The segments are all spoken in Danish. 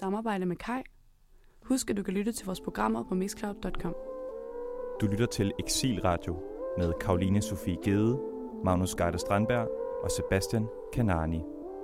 samarbejde med Kai. Husk, at du kan lytte til vores programmer på mixcloud.com. Du lytter til Exilradio med Karoline Sofie Gede, Magnus Garde Strandberg og Sebastian Kanani.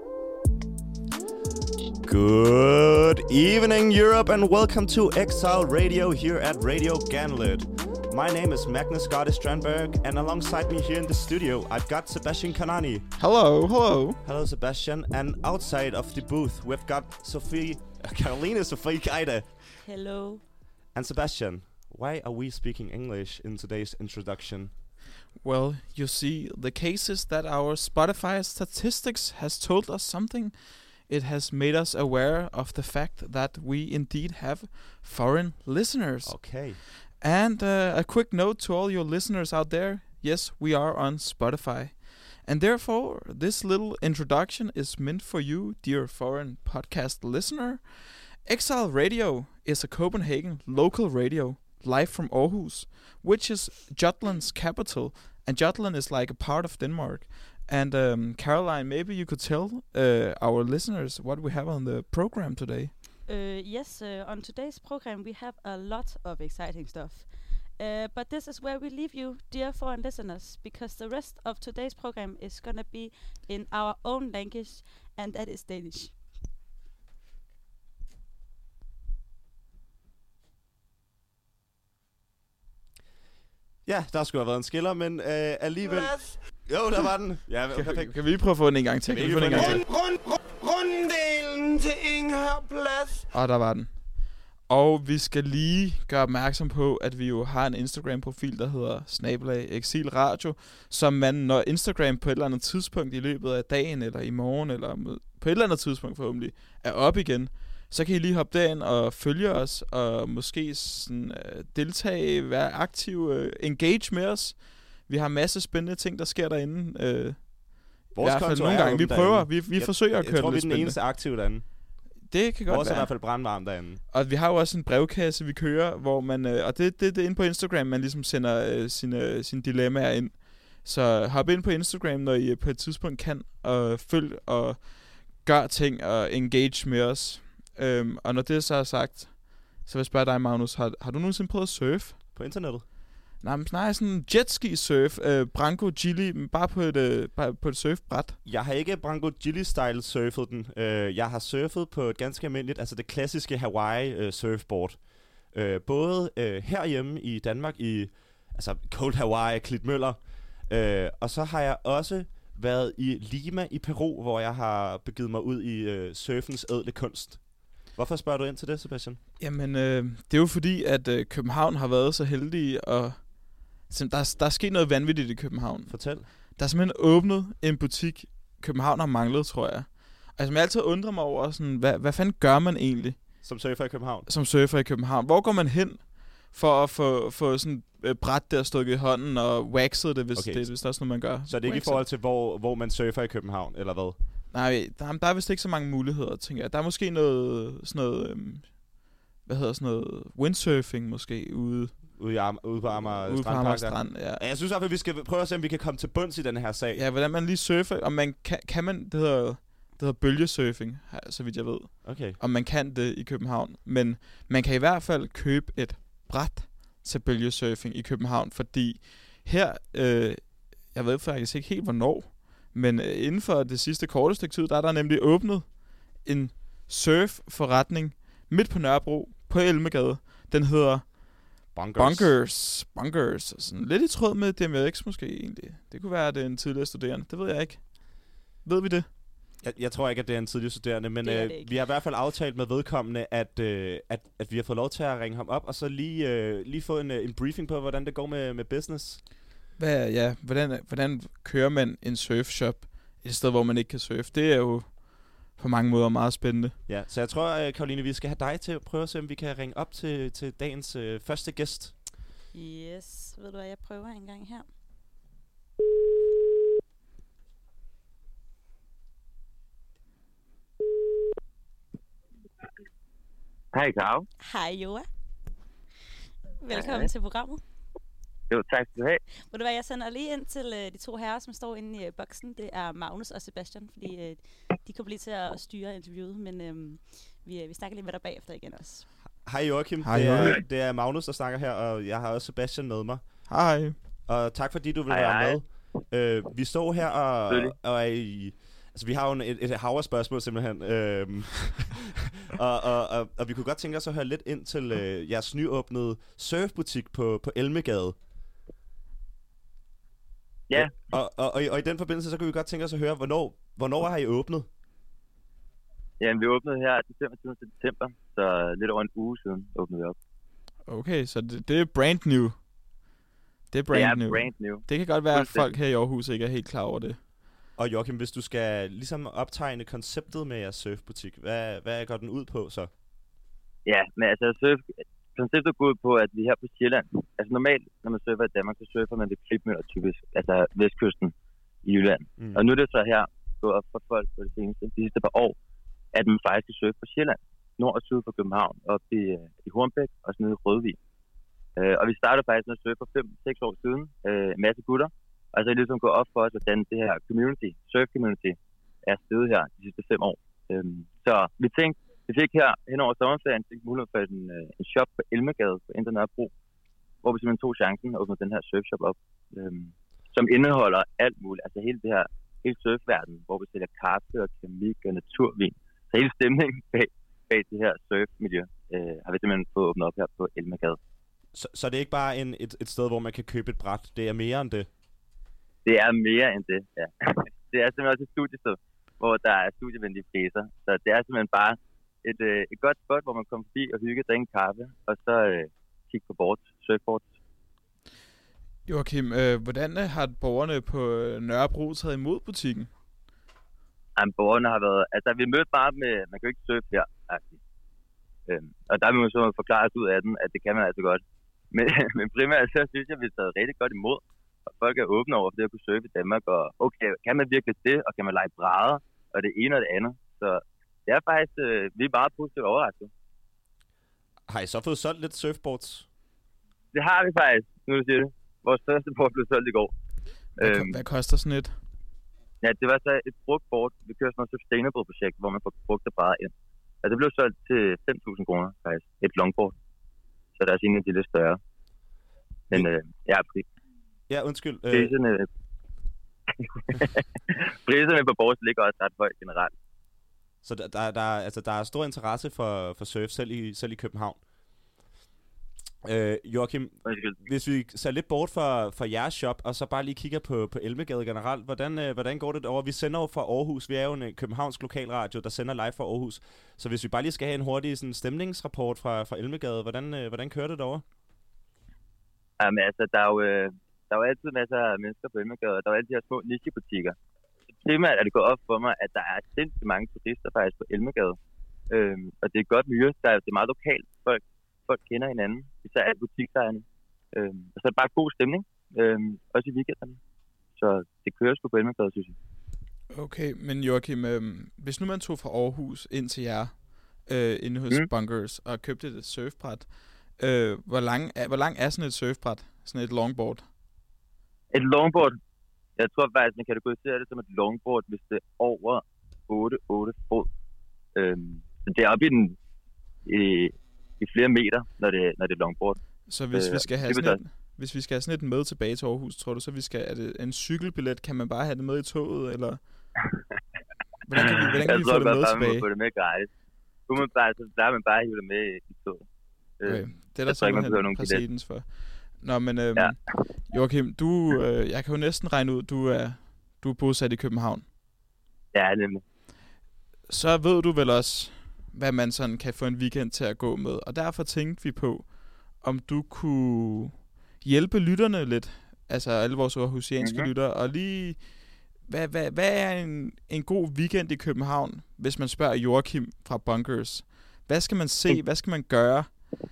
Good evening, Europe, and welcome to Exile Radio here at Radio Ganlet. My name is Magnus Garde Strandberg, and alongside me here in the studio, I've got Sebastian Kanani. Hello, hello. Hello, Sebastian. And outside of the booth, we've got Caroline Sofie Gede. Hello. And Sebastian, why are we speaking English in today's introduction? Well, you see, the case is that our Spotify statistics has told us something. It has made us aware of the fact that we indeed have foreign listeners. Okay. And a quick note to all your listeners out there. Yes, we are on Spotify. And therefore, this little introduction is meant for you, dear foreign podcast listener. Exile Radio is a Copenhagen local radio, live from Aarhus, which is Jutland's capital. And Jutland is like a part of Denmark. And Caroline, maybe you could tell our listeners what we have on the program today. Yes, on today's program we have a lot of exciting stuff. But this is where we leave you, dear foreign listeners, because the rest of today's program is going to be in our own language, and that is Danish. Ja, der skulle have været en skiller, men alligevel... Jo, der var den. Ja, perfekt. Kan vi lige prøve at få den en gang til? Runddelen til Ingher Plads. Og der var den. Og vi skal lige gøre opmærksom på, at vi jo har en Instagram-profil, der hedder @exilradio, som man, når Instagram på et eller andet tidspunkt i løbet af dagen, eller i morgen, eller på et eller andet tidspunkt forhåbentlig, er op igen, så kan I lige hoppe derind og følge os, og måske sådan, deltage, være aktiv, engage med os. Vi har en masse spændende ting, der sker derinde. Vores i hvert fald konto nogle er gange. Vi prøver, vi forsøger at køre det lidt spændende. Jeg tror, vi er den eneste aktive derinde. Det kan godt Vores være. er i hvert fald brandvarmt derinde. Og vi har jo også en brevkasse, vi kører, hvor man... og det er inde på Instagram, man ligesom sender sine dilemmaer ind. Så hop ind på Instagram, når I på et tidspunkt kan, og følg og gør ting og engage med os. Og når det så er sagt, så vil jeg spørge dig, Magnus, har du nogensinde prøvet at surfe? På internettet? Nej, sådan jetski surf, Branco Gili, bare på et surfbræt. Jeg har ikke Branco Gili-style surfet den. Jeg har surfet på et ganske almindeligt, altså det klassiske Hawaii surfboard. Både herhjemme i Danmark, i altså Cold Hawaii, Klitmøller. Og så har jeg også været i Lima i Peru, hvor jeg har begivet mig ud i surfens ædle kunst. Hvorfor spørger du ind til det, Sebastian? Jamen, det er jo fordi, at København har været så heldig, og der er sket noget vanvittigt i København. Fortæl. Der er simpelthen åbnet en butik, København har manglet, tror jeg. Altså, jeg altid undrer mig over, sådan, hvad fanden gør man egentlig? Som surfer i København? Som surfer i København. Hvor går man hen for at få sådan bræt der stukket i hånden og waxet det, hvis det er vist også noget, man gør? Så det er ikke i forhold til, hvor man surfer i København, eller hvad? Nej, der er vist ikke så mange muligheder, tænker jeg. Der er måske noget, sådan noget, hvad hedder sådan noget, windsurfing måske ude på Amager Strand, ja. Jeg synes i hvert fald, vi skal prøve at se, om vi kan komme til bunds i den her sag. Ja, hvordan man lige surfer, og man kan man, det hedder bølgesurfing, så vidt jeg ved. Okay. Og man kan det i København, men man kan i hvert fald købe et bræt til bølgesurfing i København, fordi her, jeg ved faktisk ikke helt hvornår, men inden for det sidste korte stykke tid, der er der nemlig åbnet en surfforretning midt på Nørrebro, på Elmegade. Den hedder Bunkers. Sådan lidt i tråd med DMX måske egentlig. Det kunne være, at det er en tidligere studerende. Det ved jeg ikke. Ved vi det? Jeg tror ikke, at det er en tidligere studerende, men vi har i hvert fald aftalt med vedkommende, at vi har fået lov til at ringe ham op, og så lige få en briefing på, hvordan det går med business. Hvordan kører man en surfshop et sted, hvor man ikke kan surfe? Det er jo på mange måder meget spændende. Ja, så jeg tror, Caroline, vi skal have dig til at prøve at se, om vi kan ringe op til dagens første gæst. Yes, ved du hvad, jeg prøver en gang her. Hej, Karo. Hej, Joa. Velkommen til programmet. Jo, tak skal du have. Ved du hvad, jeg sender lige ind til de to herrer, som står inde i boksen. Det er Magnus og Sebastian, fordi de kommer lige til at styre interviewet, men vi snakker lige med dig bagefter igen også. Hej Joachim, det er Magnus, der snakker her, og jeg har også Sebastian med mig. Hej. Og tak fordi du vil være med. Vi står her og er i... Altså, vi har jo et hav af spørgsmål simpelthen. og vi kunne godt tænke os at høre lidt ind til jeres nyåbnede surfbutik på Elmegade. Ja. Og i den forbindelse, så kunne vi godt tænke os at høre, hvornår har I åbnet? Jamen, vi åbnede her den 25. september, så lidt over en uge siden åbnede vi op. Okay, så det er brand new. Det er brand new. Det kan godt være, at folk her i Aarhus ikke er helt klar over det. Og Joachim, hvis du skal ligesom optegne konceptet med jeres surfbutik, hvad går den ud på så? Ja, men altså konceptet går ud på, at vi her på Sjælland, altså normalt, når man surfer i Danmark, så surfer man ved Klipmøller typisk, altså vestkysten i Jylland. Og nu er det så her gået op for folk på de sidste par år, at man faktisk skal surfe på Sjælland, nord og syd for København, op i Hornbæk og sådan nede i Rødvig. Og vi startede faktisk med at surfe for 5-6 år siden, en masse gutter. Og så er det ligesom gået op for os, hvordan det her surf community, er stedet her de sidste 5 år. Så vi fik her hen over sommerferien, fik mulighed for en shop på Elmegade på Indre Nørrebro, hvor vi simpelthen tog chancen og åbnede den her surfshop op, som indeholder alt muligt. Altså hele surfverdenen, hvor vi sælger kaffe og keramik og naturvin. Så hele stemningen bag det her surfmiljø har vi simpelthen fået åbnet op her på Elmegade. Så det er ikke bare et sted, hvor man kan købe et bræt, det er mere end det? Det er mere end det, ja. Det er simpelthen også et studiested, hvor der er studievenlige priser. Så det er simpelthen bare et godt spot, hvor man kommer forbi og hygge, drikke kaffe, og så kigge på surfboards. Joachim, hvordan har borgerne på Nørrebro taget imod butikken? Jamen, borgerne har været... Altså, vi mødte bare med... Man kan jo ikke surfe her, faktisk. Og der vil man så forklare os ud af den, at det kan man altså godt. Men primært så synes jeg, at vi har taget rigtig godt imod. Og folk er åbne over for det at kunne surfe i Danmark. Og okay, kan man virkelig det? Og kan man lege brædder? Og det ene og det andet. Så det er faktisk... vi er bare positivt overrasket. Har I så fået solgt lidt surfboards? Det har vi faktisk, nu du siger det. Vores første board blev solgt i går. Hvad koster sådan et? Ja, det var så et brugt board. Vi kører sådan et sustainable-projekt, hvor man får brugte brædder ind. Og det blev solgt til 5.000 kroner, faktisk. Et longboard. Så der er sådan en lidt større. Men ja, ja, undskyld. Priserne på boards ligger også ret højt generelt. Så der er stor interesse for surf, selv i København. Joachim, hvis vi ser lidt bort fra jeres shop, og så bare lige kigger på Elmegade generelt, hvordan går det over? Vi sender jo fra Aarhus, vi er jo en københavnsk lokalradio, der sender live fra Aarhus. Så hvis vi bare lige skal have en hurtig sådan, stemningsrapport fra Elmegade, hvordan kører det derovre? Jamen altså, der er jo altid masser af mennesker på Elmegade, og der er jo altid de her små nichebutikker. Primært er det gået op for mig, at der er sindssygt mange turister faktisk på Elmegade. Og det er godt miljø, det er meget lokalt. Folk kender hinanden, især alle butiksejerne. Og så er det bare god stemning, også i weekenderne. Så det kører sgu på Elmegade, synes jeg. Okay, men Joachim, hvis nu man tog fra Aarhus ind til jer, inde hos Bunkers, og købte et surfbræt, hvor lang er sådan et surfbræt? Sådan et longboard? Et longboard? Jeg tror faktisk, man kategoriserer det som et longboard, hvis det er over 8 fod. Så det er oppe i flere meter, når det er longboard. Så hvis vi skal have sådan et med tilbage til Aarhus, tror du så, er det en cykelbillet? Kan man bare have det med i toget, eller? Hvordan kan vi få det med tilbage? Jeg tror, man må få det med gratis. Der er man bare hive det med i toget. Okay. Det er der simpelthen præcedens for. Nå, men Joachim, jeg kan jo næsten regne ud, du er bosat i København. Ja, nemlig. Så ved du vel også, hvad man sådan kan få en weekend til at gå med. Og derfor tænkte vi på, om du kunne hjælpe lytterne lidt, altså alle vores aarhusianske lyttere, og lige, hvad er en god weekend i København, hvis man spørger Joachim fra Bunkers? Hvad skal man se? Hvad skal man gøre?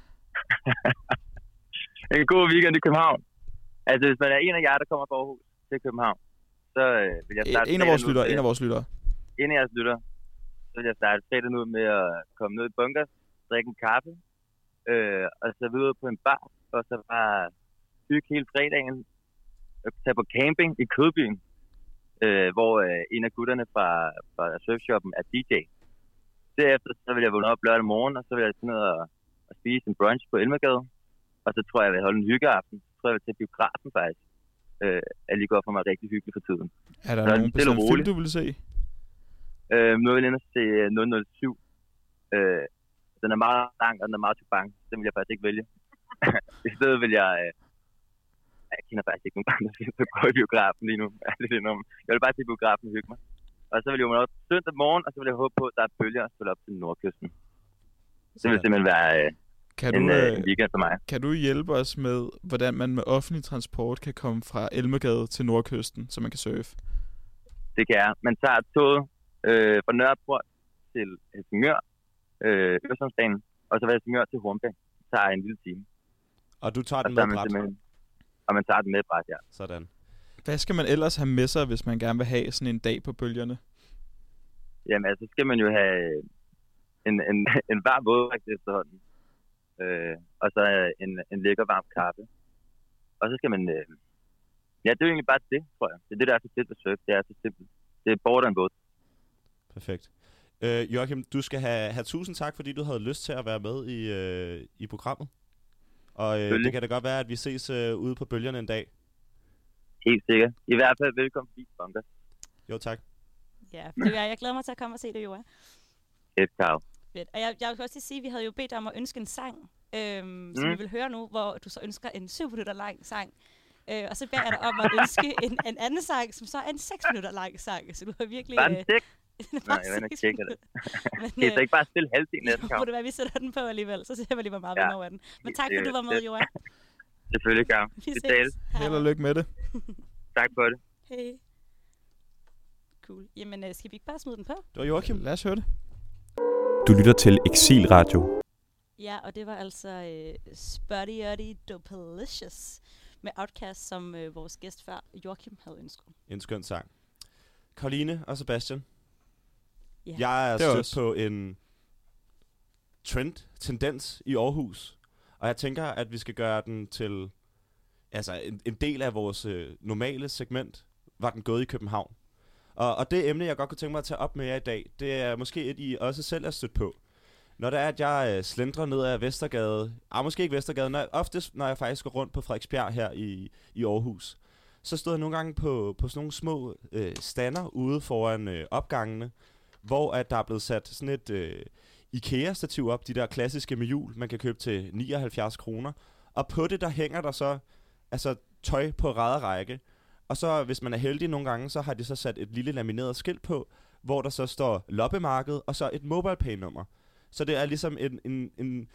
En god weekend i København. Altså, hvis man er en af jer, der kommer fra Aarhus til København, så vil jeg starte... En af vores lyttere. En af jeres lyttere. Så vil jeg starte fredagen ud med at komme ned i Bunkers, drikke en kaffe, og så videre på en bar, og så bare hygge hele fredagen, tage på camping i Kødbyen, hvor en af gutterne fra surfshoppen er DJ. Derefter så vil jeg vågne op lørdag morgen, og så vil jeg sådan noget og spise en brunch på Elmergade. Og så tror jeg vil holde en hyggeaften. Så tror jeg vil til biografen faktisk. Er lige godt for mig rigtig hyggeligt for tiden. Er der nogen bestemt film, du vil se? Nu vil jeg inde og se 007. Den er meget lang, og den er meget tubang. Den vil jeg faktisk ikke vælge. I stedet vil jeg... jeg kender faktisk ikke nogen andre film, der går i biografen lige nu. Jeg vil bare se biografen og hygge mig. Og så vil jeg jo op søndag morgen, og så vil jeg håbe på, at der er bølger og spille op til Nordkysten. Det vil simpelthen være en weekend for mig. Kan du hjælpe os med, hvordan man med offentlig transport kan komme fra Elmergade til Nordkysten, så man kan surfe? Det kan jeg. Man tager toget fra Nørreport til Helsingør, Øresundsbanen, og så fra Helsingør til Hornbæk. Det tager en lille time. Og du tager den med bræt? Og man tager den med bræt, ja. Sådan. Hvad skal man ellers have med sig, hvis man gerne vil have sådan en dag på bølgerne? Jamen, altså, så skal man jo have en varm våddragt efterhånden. Og så en lækker varm kaffe. Og så skal man... ja, det er jo egentlig bare det, tror jeg. Det er det, der er så fedt ved surf. Det er så simpelt. Det er border and boat. Perfekt. Joachim, du skal have tusind tak, fordi du havde lyst til at være med i programmet. Og det kan da godt være, at vi ses ude på bølgerne en dag. Helt sikkert. I hvert fald velkommen til Bunker. Jo, tak. Ja, jeg glæder mig til at komme og se det, Joa. Fedt, Carl. Fedt. Og jeg vil også sige, at vi havde jo bedt om at ønske en sang, som vi vil høre nu, hvor du så ønsker en 7 minutter lang sang. Og så beder jeg dig om at ønske en anden sang, som så er en 6 minutter lang sang. Så du har virkelig... Bare en 6? Nej, jeg vil tjekke det. Men, det er ikke bare stille halvdelen af den, Carl. Må det være, vi sætter den på alligevel, så ser vi lige, hvor meget vi når af den. Men tak, for du var med, Joa. Selvfølgelig, Carl. Vi ses. Held og lykke med det. Tak for det. Hej. Cool. Jamen, skal vi ikke bare smide den på? Det var Joachim. Lad os høre det. Du lytter til Exil Radio. Ja, og det var altså Spuddy Dopalicious med Outcast, som vores gæst før, Joachim, havde ønsket. En skøn sang. Caroline og Sebastian. Ja. Jeg er stødt på en tendens i Aarhus. Og jeg tænker, at vi skal gøre den til en del af vores normale segment, var den gået i København. Og det emne, jeg godt kunne tænke mig at tage op med jer i dag, det er måske et, I også selv er stødt på. Når det er, at jeg slendrer ned ad Vestergade, måske ikke Vestergade, oftest når jeg faktisk går rundt på Frederiksbjerg her i Aarhus, så stod jeg nogle gange på sådan nogle små stander ude foran opgangene, hvor at der er blevet sat sådan et IKEA-stativ op, de der klassiske med hjul, man kan købe til 79 kroner. Og på det, der hænger der så tøj på række. Og så, hvis man er heldig nogle gange, så har de så sat et lille lamineret skilt på, hvor der så står loppemarked, og så et MobilePay-nummer. Så det er ligesom en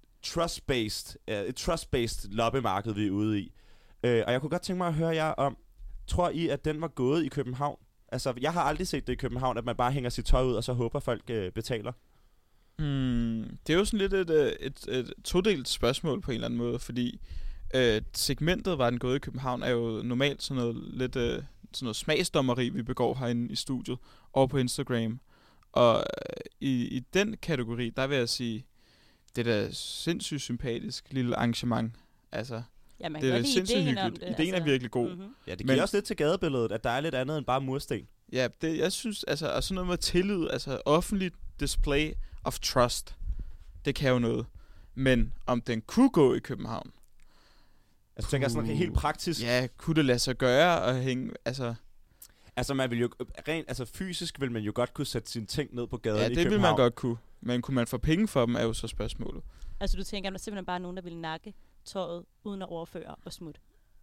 trust-based loppemarked, vi er ude i. Og jeg kunne godt tænke mig at høre jer om, tror I, at den var gået i København? Altså, jeg har aldrig set det i København, at man bare hænger sit tøj ud, og så håber folk betaler. Det er jo sådan lidt et todelt spørgsmål på en eller anden måde, fordi segmentet var den gået i København er jo normalt sådan noget lidt sådan noget smagsdommeri, vi begår herinde i studiet og på Instagram. Og i den kategori, der vil jeg sige, det er da sindssygt sympatisk lille arrangement. Altså, ja, man det er sindssygt hyggeligt. Ideen er virkelig god. Mm-hmm. Ja, det giver også lidt til gadebilledet, at der er lidt andet end bare mursten. Ja, jeg synes, og sådan noget med tillid, offentligt display of trust, det kan jo noget. Men om den kunne gå i København? Altså, tænker jeg sådan helt praktisk? Ja, kunne det lade sig gøre at hænge, Altså, man vil jo fysisk vil man jo godt kunne sætte sine ting ned på gaden i København. Ja, det vil man godt kunne. Men kunne man få penge for dem, er jo så spørgsmålet. Altså, du tænker, at der simpelthen bare nogen, der vil nakke tøjet, uden at overføre og smutte?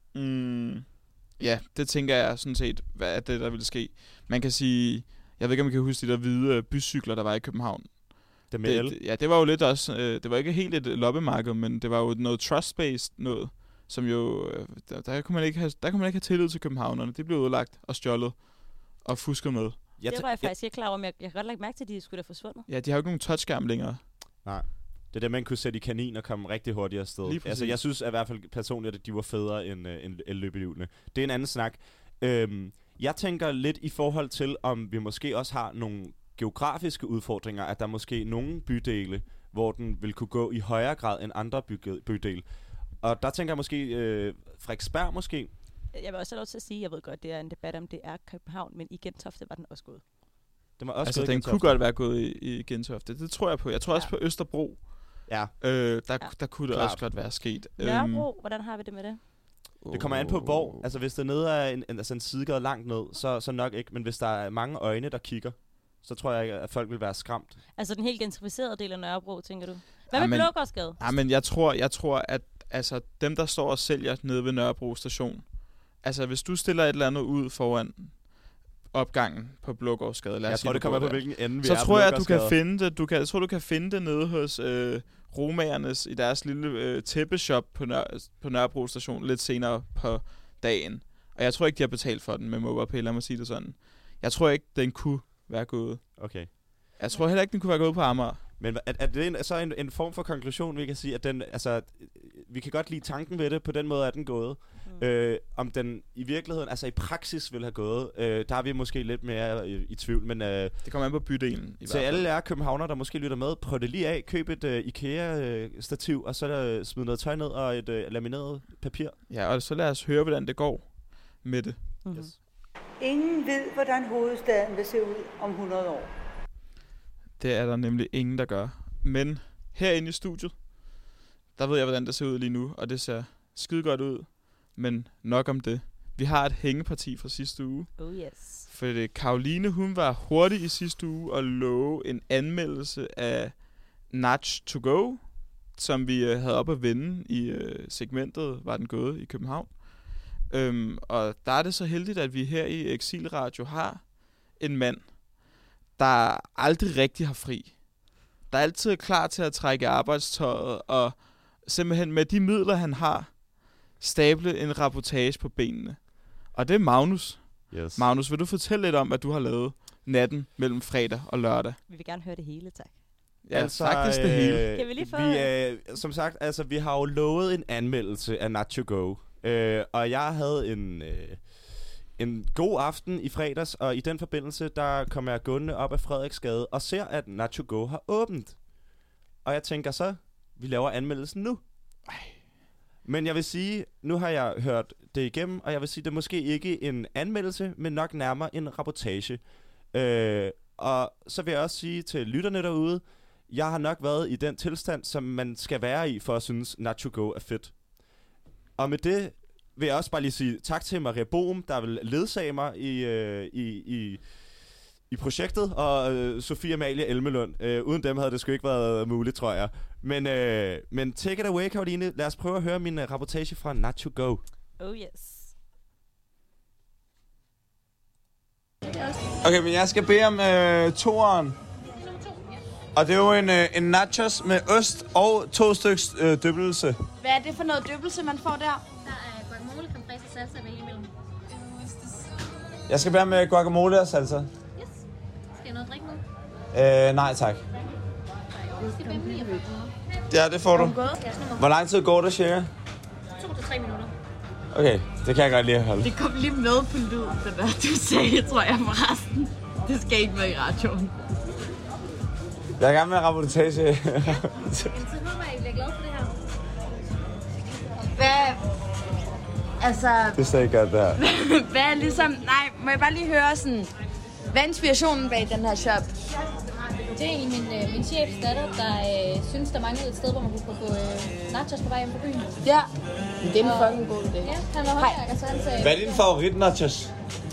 Ja, det tænker jeg sådan set, hvad er det, der vil ske. Man kan sige, jeg ved ikke, om man kan huske de der hvide byscykler, der var i København. Det var jo lidt også, det var ikke helt et loppemarked, men det var jo noget trust-based noget, som jo, der kunne man ikke have tillid til københavnerne. Det blev udlagt og stjålet og fusket med. Det var jeg faktisk ikke klar over, men jeg kan godt lægge mærke til, at de skulle da forsvundet. Ja, de har jo ikke nogen touchskærm længere. Nej. Det er det, man kunne sætte i kanin og komme rigtig hurtigt afsted. Altså, jeg synes i hvert fald personligt, at de var federe end løbehjulene. Det er en anden snak. Jeg tænker lidt i forhold til, om vi måske også har nogle geografiske udfordringer, at der måske nogle bydele, hvor den vil kunne gå i højere grad end andre bydele. Og der tænker jeg måske Frederiksberg måske. Jeg vil også have lov til at sige, jeg ved godt, det er en debat om det er København, men i Gentofte var den også gået. Den var også altså, gået den Gentofte. kunne godt være gået i Gentofte. Det tror jeg på. Jeg tror også på Østerbro. Ja. Der kunne det også godt være sket. Nørrebro, hvordan har vi det med det? Det kommer an på hvor. Altså hvis det nede er en sidegade langt ned, så nok ikke. Men hvis der er mange øjne, der kigger, så tror jeg ikke, at folk vil være skræmt. Altså den helt gentrificerede del af Nørrebro, tænker du? Hvad med Blågårdsgade? Ja, men jeg tror, at altså, dem, der står og sælger nede ved Nørrebro station, altså hvis du stiller et eller andet ud foran opgangen på Blågårdsgade, jeg tror, det kommer på hvilken ende vi så er. Så tror jeg, at du kan finde det. Jeg tror, du kan finde det nede hos romagernes i deres lille tæppeshop på Nørrebro station lidt senere på dagen. Og jeg tror ikke, de har betalt for den med MobilePay, lad mig sige det sådan. Jeg tror ikke, den kunne være gået. Okay. Jeg tror heller ikke, den kunne være gået på Amager. Men er det så en form for konklusion, vi kan sige, at den, altså, vi kan godt lide tanken ved det, på den måde er den gået. Om den i virkeligheden, altså i praksis vil have gået, der er vi måske lidt mere i tvivl, men det kommer an på bydelen. Til alle jer københavner, der måske lytter med, prøv det lige af, køb et IKEA-stativ, og så smid noget tøj ned og et lamineret papir. Ja, og så lad os høre, hvordan det går med det. Mm-hmm. Yes. Ingen ved, hvordan hovedstaden vil se ud om 100 år. Det er der nemlig ingen, der gør. Men herinde i studiet, der ved jeg, hvordan det ser ud lige nu, og det ser skide godt ud. Men nok om det. Vi har et hængeparti fra sidste uge. Oh yes. For Karoline, hun var hurtig i sidste uge og love en anmeldelse af Natch to Go, som vi havde op at vende i segmentet, var den gået i København. Og der er det så heldigt, at vi her i Exilradio har en mand, der aldrig rigtig har fri. Der er altid klar til at trække arbejdstøjet, og simpelthen med de midler, han har, stable en rapportage på benene. Og det er Magnus. Yes. Magnus, vil du fortælle lidt om, hvad du har lavet natten mellem fredag og lørdag? Vi vil gerne høre det hele, tak. Ja, altså, faktisk det hele. Kan vi lige få... som sagt, altså, vi har jo lovet en anmeldelse af Natch to Go. Og jeg havde en god aften i fredags, og i den forbindelse, der kom jeg gående op ad Frederiksgade og ser, at Natch to Go har åbent. Og jeg tænker så, vi laver anmeldelsen nu. Men jeg vil sige, nu har jeg hørt det igennem, og jeg vil sige, det er måske ikke en anmeldelse, men nok nærmere en rapportage. Og så vil jeg også sige til lytterne derude, jeg har nok været i den tilstand, som man skal være i, for at synes, Natch to Go er fedt. Og med det vil jeg også bare lige sige tak til Maria Bohm, der vil ledsage mig i projektet, og Sofie Amalie Elmelund. Uden dem havde det sgu ikke været muligt, tror jeg. Men take it away, Karoline. Lad os prøve at høre min rapportage fra Natch to Go. Oh yes. Okay, men jeg skal bede om toeren. Og det er jo en nachos med ost og 2 styks dyppelse. Hvad er det for noget dyppelse, man får der? Der er guacamole, creme fraiche og salsa med imellem. Jeg skal bede om guacamole og salsa. Yes. Skal jeg noget at drikke nu? Nej tak. Skal 549. Ja, det får du. Hvor lang tid går det cirka? 2 til 3 minutter. Okay, det kan jeg godt lige holde. Det kom lige med på lyd, det der du sagde, tror jeg forresten. Det skal ikke være i radioen. Jeg er i gang med en rapportage. Så håber jeg, I bliver glade for det her. Hvad... Altså... Det er stadig godt, det her. Hvad er ligesom... Nej, må jeg bare lige høre sådan... Hvad er inspirationen bag den her shop? Det er egentlig min chefs datter, der synes, der manglede et sted, hvor man kunne få nachos på vej hjem på byen. Ja, det er en fucking god idé. Ja, han var håndværker, så han sagde... Hvad er din favorit nachos?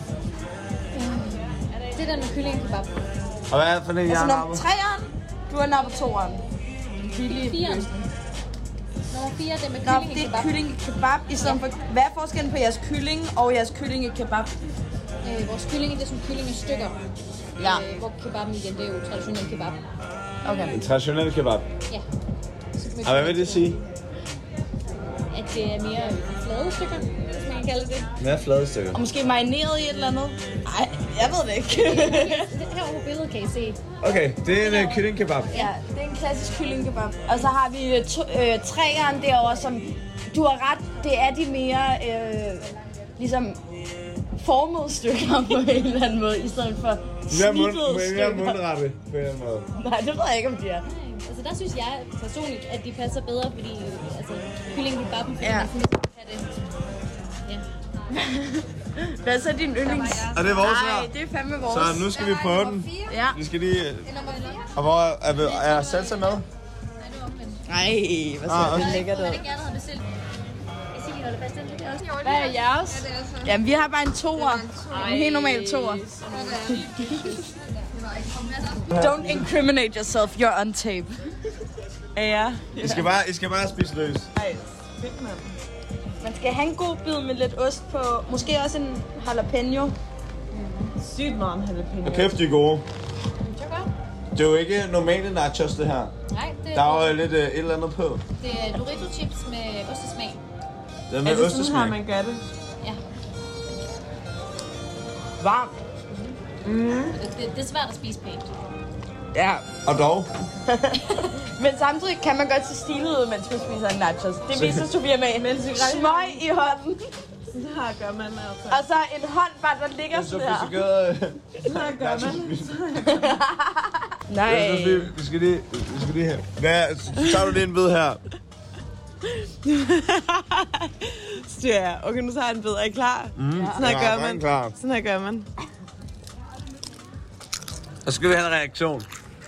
Det er den med kyllingekebab. Og hvad er det for den, jeg har nummer 3'eren, du er nummer 2'eren. Billig 4'eren. Nummer 4, det er med kyllingekebab. kyllingekebab. Det er kyllingekebab i stedet for... Hvad er forskellen på jeres kylling og jeres kyllingekebab? Vores kylling, det er som kyllingestykker. Ja. Hvor kebaben igen, det er jo traditionel kebab. Okay. En traditionel kebab? Ja. Og hvad vil det sige? At det er mere flade stykker, hvis man kan kalde det. Mere flade stykker. Og måske marineret i et eller andet? Nej, jeg ved det ikke. Herovre på billedet kan I se. Okay, det er en kyllingekebab. Ja, det er en klassisk kyllingekebab. Og så har vi 3'eren derovre, som... Du har ret, det er de mere... ligesom... formede stykker på en eller anden måde, i stedet for snittede stykker. Mere mundrette på en eller anden måde. Nej, det ved jeg ikke, om de er. Altså der synes jeg personligt, at de passer bedre, fordi altså, kylling kebab, fordi man sådan kan det. Ja. Hvad er så din yndlings? Og det er vores her. Nej, det er fandme vores. Så nu skal vi prøve den. Ja. Vi skal lige... Og hvor er salsa med? Nej, hvad så det lækkert ud. Hvad er jeres? Jamen, vi har bare en toer. En helt normal toer. Don't incriminate yourself, you're on tape. Ja. I skal bare spise løs. Ej, fedt mand. Man skal have en god bid med lidt ost på. Måske også en jalapeno. Sygt meget en jalapeno. Og kæft, de er gode. Det er jo ikke normale nachos, det her. Nej, det der er jo lidt et eller andet på. Det er Dorito chips med ostesmag. Det er med ostesmag. Sådan her, man gør det? Ja. Varmt. Det er svært at spise pænt. Ja. Og dog. Men samtidig kan man godt se stilet ud, mens man spiser en nachos. Det viser Sofia med en smøg i hånden. Sådan her gør man altså. Og så en hånd bare, der ligger sådan her. Sådan her gør man. Nej. Vi skal lige her. Så tager du lige en bid her. Styr. Okay, nu tager jeg en bid. Er I klar? Sådan her gør man. Sådan her gør man. Og så skal vi have en reaktion.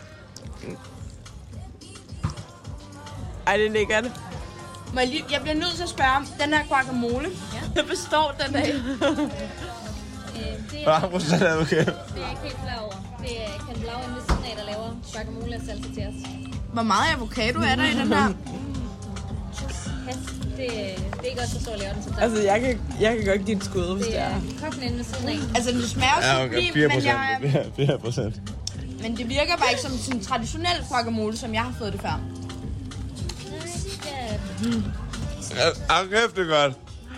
Ej, det er lækkert. Jeg bliver nødt til at spørge om, den her guacamole, hvad består den af? Det er okay. jeg ikke helt klar over. Det er Ken Blau inde ved siden af, der laver guacamole og salsa til os. Hvor meget avocado er der i den her? Det er ikke også så stor at lave den som Altså, jeg kan godt give et skud, hvis det er. Kokken inde ved siden af. Altså, den smager jo sublim, men 4%. Men det virker bare ikke som sådan en traditionel guacamole, som jeg har fået det før. Kæft, det er godt.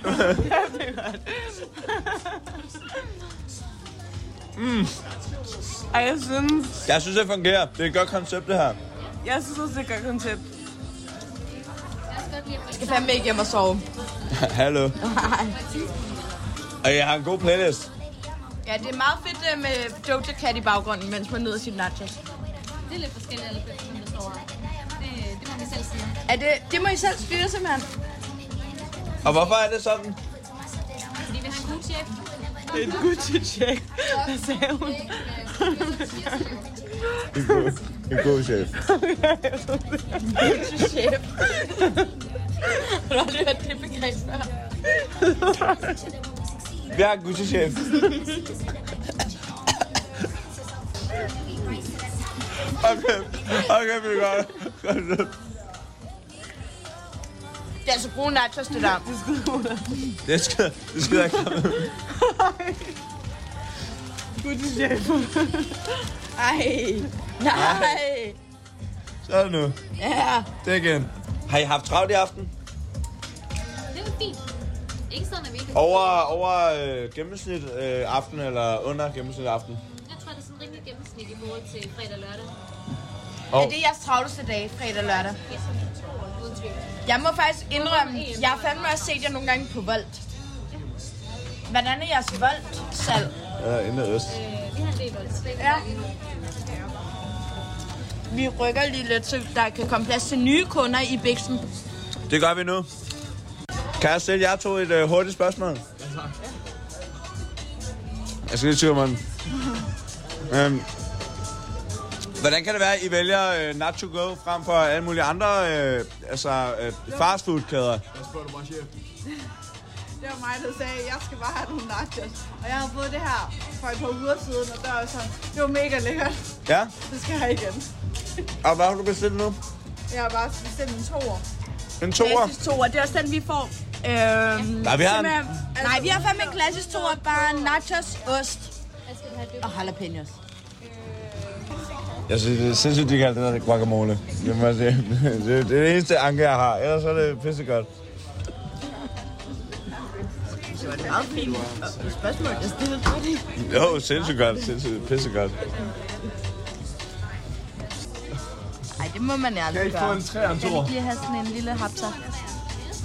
Ej, jeg synes, det fungerer. Det er et godt koncept, det her. Jeg synes også, det er et godt koncept. Jeg skal fandme ikke hjem og sove. Hallo. Og jeg har en god playlist. Ja, det er meget fedt med Doja Cat i baggrunden, mens man nyder sit nachos. Det er lidt forskelligt, alle bøffer, der står her. Det må vi selv sige. Det må I selv styre, simpelthen. Og hvorfor er det sådan? Fordi vi har en god chef. Det er et Gucci-check. Hvad sagde hun? En god chef. Gucci-chef. Har du aldrig hørt det begreb før? Vi har en Gucci-chef. Okay, det er godt. Det er altså gode nachos, det der. Det skal jeg ikke have. Gucci-chef. Ej. Nej. Så er det nu. Ja. Det igen. Har I haft travlt i aften? Det er fint. Ikke sådan, at vi ikke Over gennemsnit aften eller under gennemsnit aften? Jeg tror, det er sådan rimelig gennemsnit i forhold til fredag og lørdag. Er det jeres travleste dag, fredag og lørdag? Ja, uden tvivl. Jeg må faktisk indrømme, jeg har fandme også set jer nogle gange på Volt. Hvordan er jeres Volt-salg? Inde øst. Vi har en del Volt. Ja. Vi rykker lige lidt, så der kan komme plads til nye kunder i Bixen. Det gør vi nu. Kan jeg stille jer to et hurtigt spørgsmål? Jeg skal lige tyre mig. Hvordan kan det være, at I vælger Nacho Go frem for alle mulige andre fastfood-kæder? Det var mig, der sagde, at jeg skal bare have nogle nachos. Og jeg har fået det her for et par uger siden, og der var sådan, det var mega lækkert. Ja? Det skal jeg igen. Og hvad har du bestilt nu? Jeg har bare bestilt en toer. En toer? Klassisk toer, det er også den, vi får. Nej, vi har en... Nej, vi har fandme en klassisk toer, bare nachos, ost og jalapenos. Jeg synes, det er sindssygt, de kalder det der guacamole. Det må jeg sige. Det er det eneste anke, jeg har. Ellers er det pissegodt. Det var et meget fint spørgsmål, jeg stillede på det. Jo, sindssygt godt. Sindssygt pissegodt. Ej, det må man ærligt gøre. Kan I få en 3 og en 2'er? Kan vi lige have sådan en lille hapser?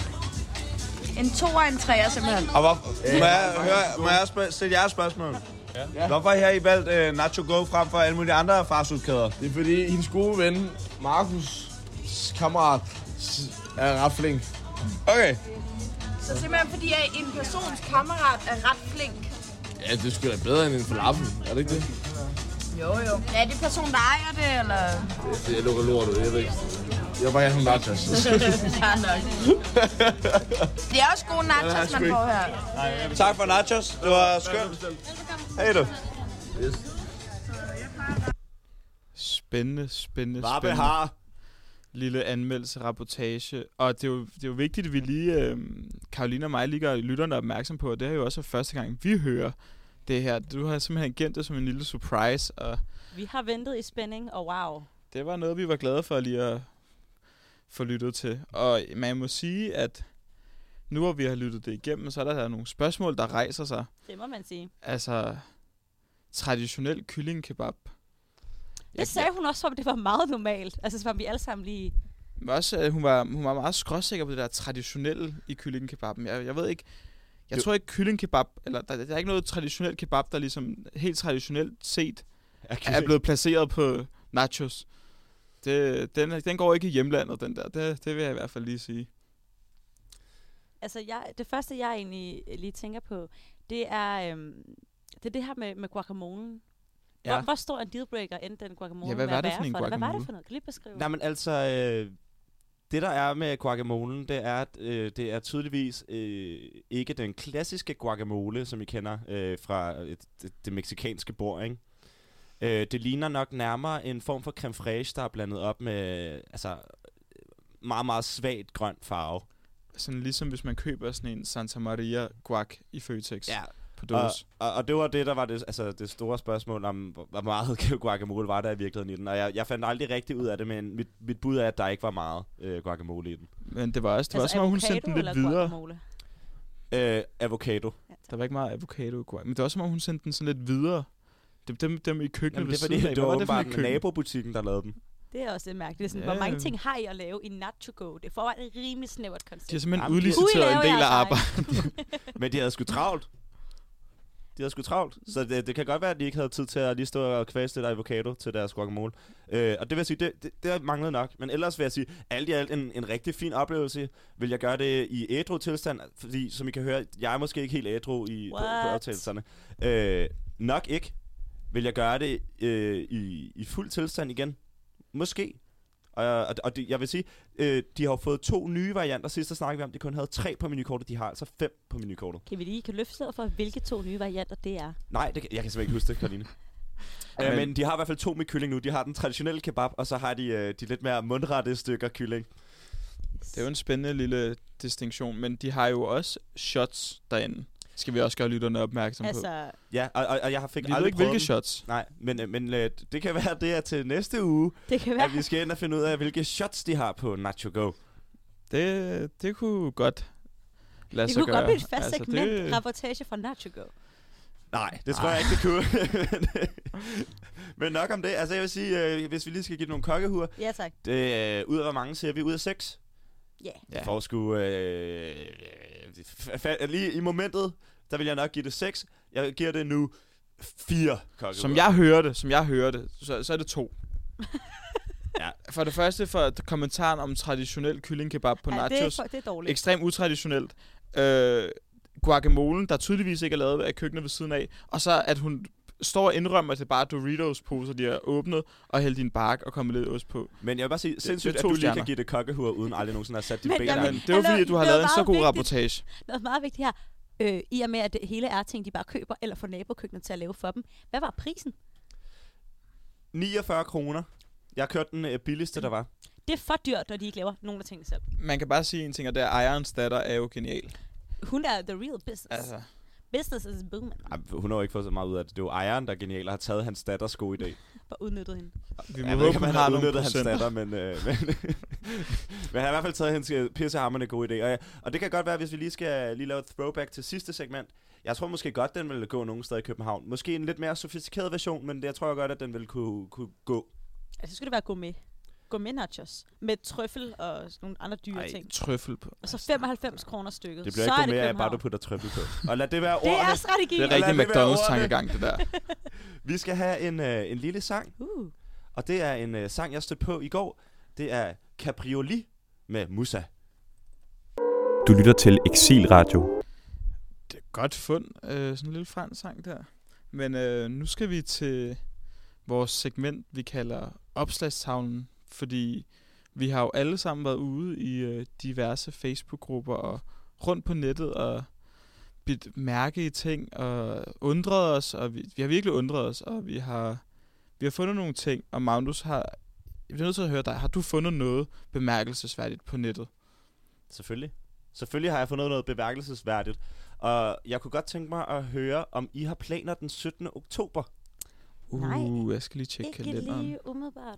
En 2 og en 3'er simpelthen. Og må jeg stille jer spørgsmål? Ja. Hvorfor har I valgt Nacho Go frem for alle mulige andre fastfoodkæder? Det er fordi, hendes gode ven, Markus' kammerat, er ret flink. Okay. Så simpelthen fordi, at en persons kammerat er ret flink. Ja, det er sgu da bedre end en falafel, er det ikke det? Jo. Er det person, der ejer det, eller? Det er lukker lortet, jeg ved ikke. Jeg vil bare have nogle nachos. Det er også gode nachos, man får her. Tak for nachos. Det var skønt. Hej du. Yes. Spændende. Varpe har. Lille anmeldelse, rapportage. Og det er jo vigtigt, at vi lige, Karoline og mig, lige gør lytterne opmærksom på, at det er jo også første gang, vi hører det her. Du har simpelthen gemt det som en lille surprise. Og Vi har ventet i spænding, og wow. det var noget, vi var glade for lige at få lyttet til. Og man må sige, at nu hvor vi har lyttet det igennem, så er der nogle spørgsmål, der rejser sig. Det må man sige. Altså, traditionel kyllingkebab. Det sagde hun også, om det var meget normalt. Altså, så var vi alle sammen lige... Også, hun var meget skråsikker på det der traditionelle i kyllingkebaben. Jeg ved ikke... Jeg tror ikke kyllingkebab, eller der er ikke noget traditionelt kebab, der ligesom helt traditionelt set er blevet placeret på nachos. Den går ikke i hjemlandet, den der. Det vil jeg i hvert fald lige sige. Altså, det første, jeg egentlig lige tænker på, det er det her med guacamolen. Ja. Hvor stor en dealbreaker endte den guacamole? Ja, hvad var det for en Hvad var guacamole? det for noget? Kan du lige beskrive? Nej, men altså, det der er med guacamolen, det er, at det er tydeligvis ikke den klassiske guacamole, som I kender fra det mexikanske bord, ikke? Det ligner nok nærmere en form for creme fraiche, der er blandet op med meget, meget svagt grøn farve. Sådan ligesom hvis man køber sådan en Santa Maria guac i Føtex. Ja. På dåse. Og det var det, der var det store spørgsmål om, hvor meget guacamole var der i virkeligheden i den. Og jeg fandt aldrig rigtig ud af det, men mit bud er, at der ikke var meget guacamole i den. Men det var også, som om hun sendte den lidt videre. Avocado. Der var ikke meget avocado i guac, men det var også, som om hun sendte den sådan lidt videre. Dem i køkkenet. Jamen, det var åbenbart nabobutikken, der lavede dem. Det er også mærkeligt. Sådan, hvor mange ting har I at lave i Nacho Go? Det får et rimelig snævert koncept. De har simpelthen udliciteret en del af arbejdet. Men de havde sgu travlt. Så det kan godt være, at de ikke havde tid til at lige stå og kvæste lidt avocado til deres guacamole. Og det vil jeg sige, det manglede nok. Men ellers vil jeg sige, alt i alt en rigtig fin oplevelse. Vil jeg gøre det i ædru tilstand? Fordi, som I kan høre, jeg er måske ikke helt ædru på optagelserne. Nok ikke. Vil jeg gøre det i fuld tilstand igen? Måske. Og jeg vil sige, de har fået 2 nye varianter. Sidst der snakkede vi om, de kun havde 3 på menukortet. De har altså 5 på menukortet. Kan vi lige løfte stedet for, hvilke 2 nye varianter det er? Nej, jeg kan simpelthen ikke huske det, Karoline. Men de har i hvert fald 2 med kylling nu. De har den traditionelle kebab, og så har de lidt mere mundrette stykker kylling. Det er jo en spændende lille distinktion, men de har jo også shots derinde. Skal vi også gøre lytterne opmærksom på. Ja, og jeg fik aldrig ikke, hvilke shots. Nej, men det kan være, det er til næste uge, at vi skal ind og finde ud af, hvilke shots de har på Nacho Go. Det kunne godt lade sig gøre. Det kunne godt blive et fast segment, rapportage fra Nacho Go. Nej, det tror jeg ikke, det kunne. Men nok om det. Altså jeg vil sige, hvis vi lige skal give nogle kokkehuer. Ja, tak. Ud af hvor mange ser vi? Ud af 6? Ja. Yeah. For sgu lige i momentet, der vil jeg nok give det 6. Jeg giver det nu 4 kokkehuer. Som jeg hørte, så er det 2. Ja. For det første for kommentaren om traditionel kyllingkebab på nachos. Det er dårligt. Ekstremt utraditionelt. Guacamolen, der tydeligvis ikke er lavet af køkkenet ved siden af. Og så at hun står og indrømmer, at det bare Doritos-poser, de har åbnet, og hældt i en bark og kommet lidt ost på. Men jeg vil bare sige, sindssygt, at du lige kan give det kokkehuer, uden aldrig nogensinde har sat dit ben der. Det var fordi, at du har lavet en så god rapportage. Noget meget vigtigt her. I og med, at det hele er ting, de bare køber, eller får nabokøkkenet til at lave for dem. Hvad var prisen? 49 kroner. Jeg kørte den billigste, der var. Det er for dyrt, når de ikke laver nogen af tingene selv. Man kan bare sige en ting, og det er ejerens datter er jo genial. Hun er the real business. Altså. Business is booming. Hun har jo ikke fået så meget ud af det. Det er jo ejeren, der er genial og har taget hans datters gode idé. Bare udnyttet hende. Vi må håbe, man har udnyttet hans datter, men han har i hvert fald taget hendes pissehammerende gode idé. Og det kan godt være, hvis vi lige skal lave et throwback til sidste segment. Jeg tror måske godt, den ville gå nogen steder i København. Måske en lidt mere sofistikeret version, men jeg tror godt, at den ville kunne gå. Altså, så skulle det være gourmet. gourmet nachos med trøffel og sådan nogle andre dyre ting. Trøffel på. Og så 95 kroner stykket. Det bliver så ikke er det mere af, København. bare du putter trøffel på. Og lad det være Det ordene. er strategi. Det er rigtig McDonald's-tankegang, det der. Vi skal have en lille sang. Og det er en sang, jeg stødte på i går. Det er Cabrioli med Musa. Du lytter til Exil Radio. Det er godt fund, sådan en lille fransk sang der. Men nu skal vi til vores segment, vi kalder Opslagstavlen, fordi vi har jo alle sammen været ude i diverse Facebook-grupper og rundt på nettet og bidt mærke i ting og undret os, og vi har virkelig undret os, og vi har fundet nogle ting, og Magnus jeg bliver nødt til at høre dig. Har du fundet noget bemærkelsesværdigt på nettet? Selvfølgelig har jeg fundet noget bemærkelsesværdigt. Og jeg kunne godt tænke mig at høre, om I har planer den 17. oktober. Nej, jeg skal lige tjekke kalenderen. Ikke lige umiddelbart.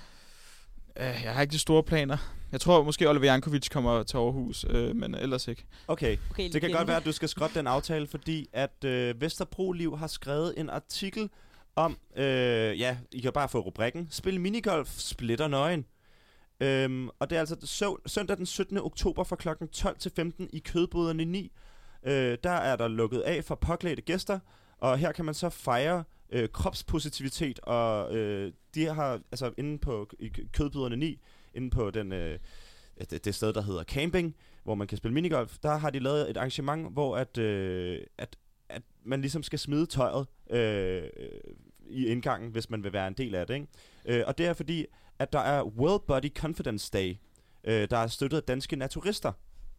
Jeg har ikke de store planer. Jeg tror måske Oliver Jankovic kommer til Aarhus, men ellers ikke. Okay det kan godt være, at du skal skrotte den aftale, fordi at Vesterbro Liv har skrevet en artikel om, I kan bare få rubrikken, spil minigolf, splitter nøgen. Og det er altså søndag den 17. oktober fra kl. 12 til 15 i Kødboderne 9. Der er der lukket af for påklædte gæster, og her kan man så fejre kropspositivitet, og de har altså inde på i Kødboderne 9, inde på det sted, der hedder camping, hvor man kan spille minigolf, der har de lavet et arrangement, hvor at man ligesom skal smide tøjet i indgangen, hvis man vil være en del af det, ikke? Og det er fordi, at der er World Body Confidence Day, der er støttet af Danske Naturister.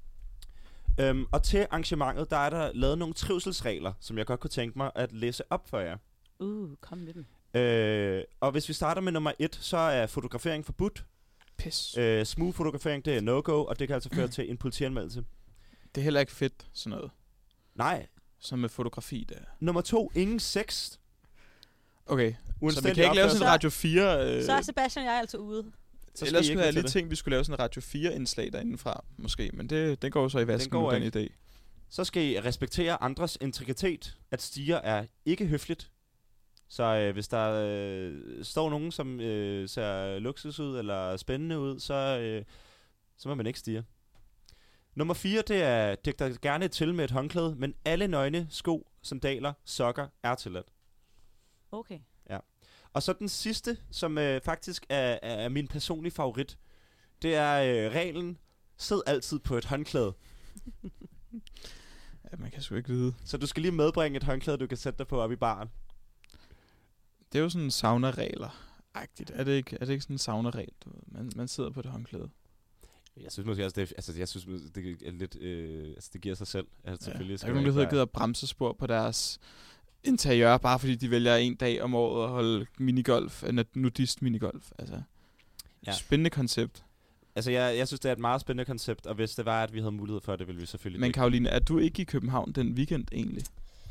Og til arrangementet, der er der lavet nogle trivselsregler, som jeg godt kunne tænke mig at læse op for jer. Kom med dem. Og hvis vi starter med nummer 1, så er fotografering forbudt. Pis. Smooth fotografering, det er no-go, og det kan altså føre til en politianmeldelse. Det er heller ikke fedt, sådan noget. Nej. Som med fotografi, der. Nummer 2, ingen sex. Okay, så vi kan ikke lave sådan en Radio 4... Så er Sebastian og jeg altså ude. Ellers skulle jeg lige tænkt, vi skulle lave sådan en Radio 4-indslag derindefra, måske. Men det går så i vasken med den idé. Så skal I respektere andres integritet. At stige er ikke høfligt. Så hvis der står nogen, som ser luksus ud eller spændende ud, så må man ikke stige. Nummer 4, det er dæk dig gerne til med et håndklæde, men alle nøgne, sko, sandaler, sokker er tilladt. Okay. Ja. Og så den sidste, som faktisk er min personlige favorit, det er reglen, sid altid på et håndklæde. Ja, man kan sgu ikke vide. Så du skal lige medbringe et håndklæde, du kan sætte dig på op i baren. Det er jo sådan en sauna-regler-agtigt. Er det ikke sådan en sauna-regel? Man sidder på det håndklæde. Jeg synes måske også, det er lidt... det giver sig selv. Altså, selvfølgelig der er ikke nogen, der gider bremsespor på deres interiør, bare fordi de vælger en dag om året at holde minigolf, nudist-minigolf. Altså, spændende koncept. Altså, jeg synes, det er et meget spændende koncept, og hvis det var, at vi havde mulighed for det, ville vi selvfølgelig... Men Karoline, er du ikke i København den weekend egentlig?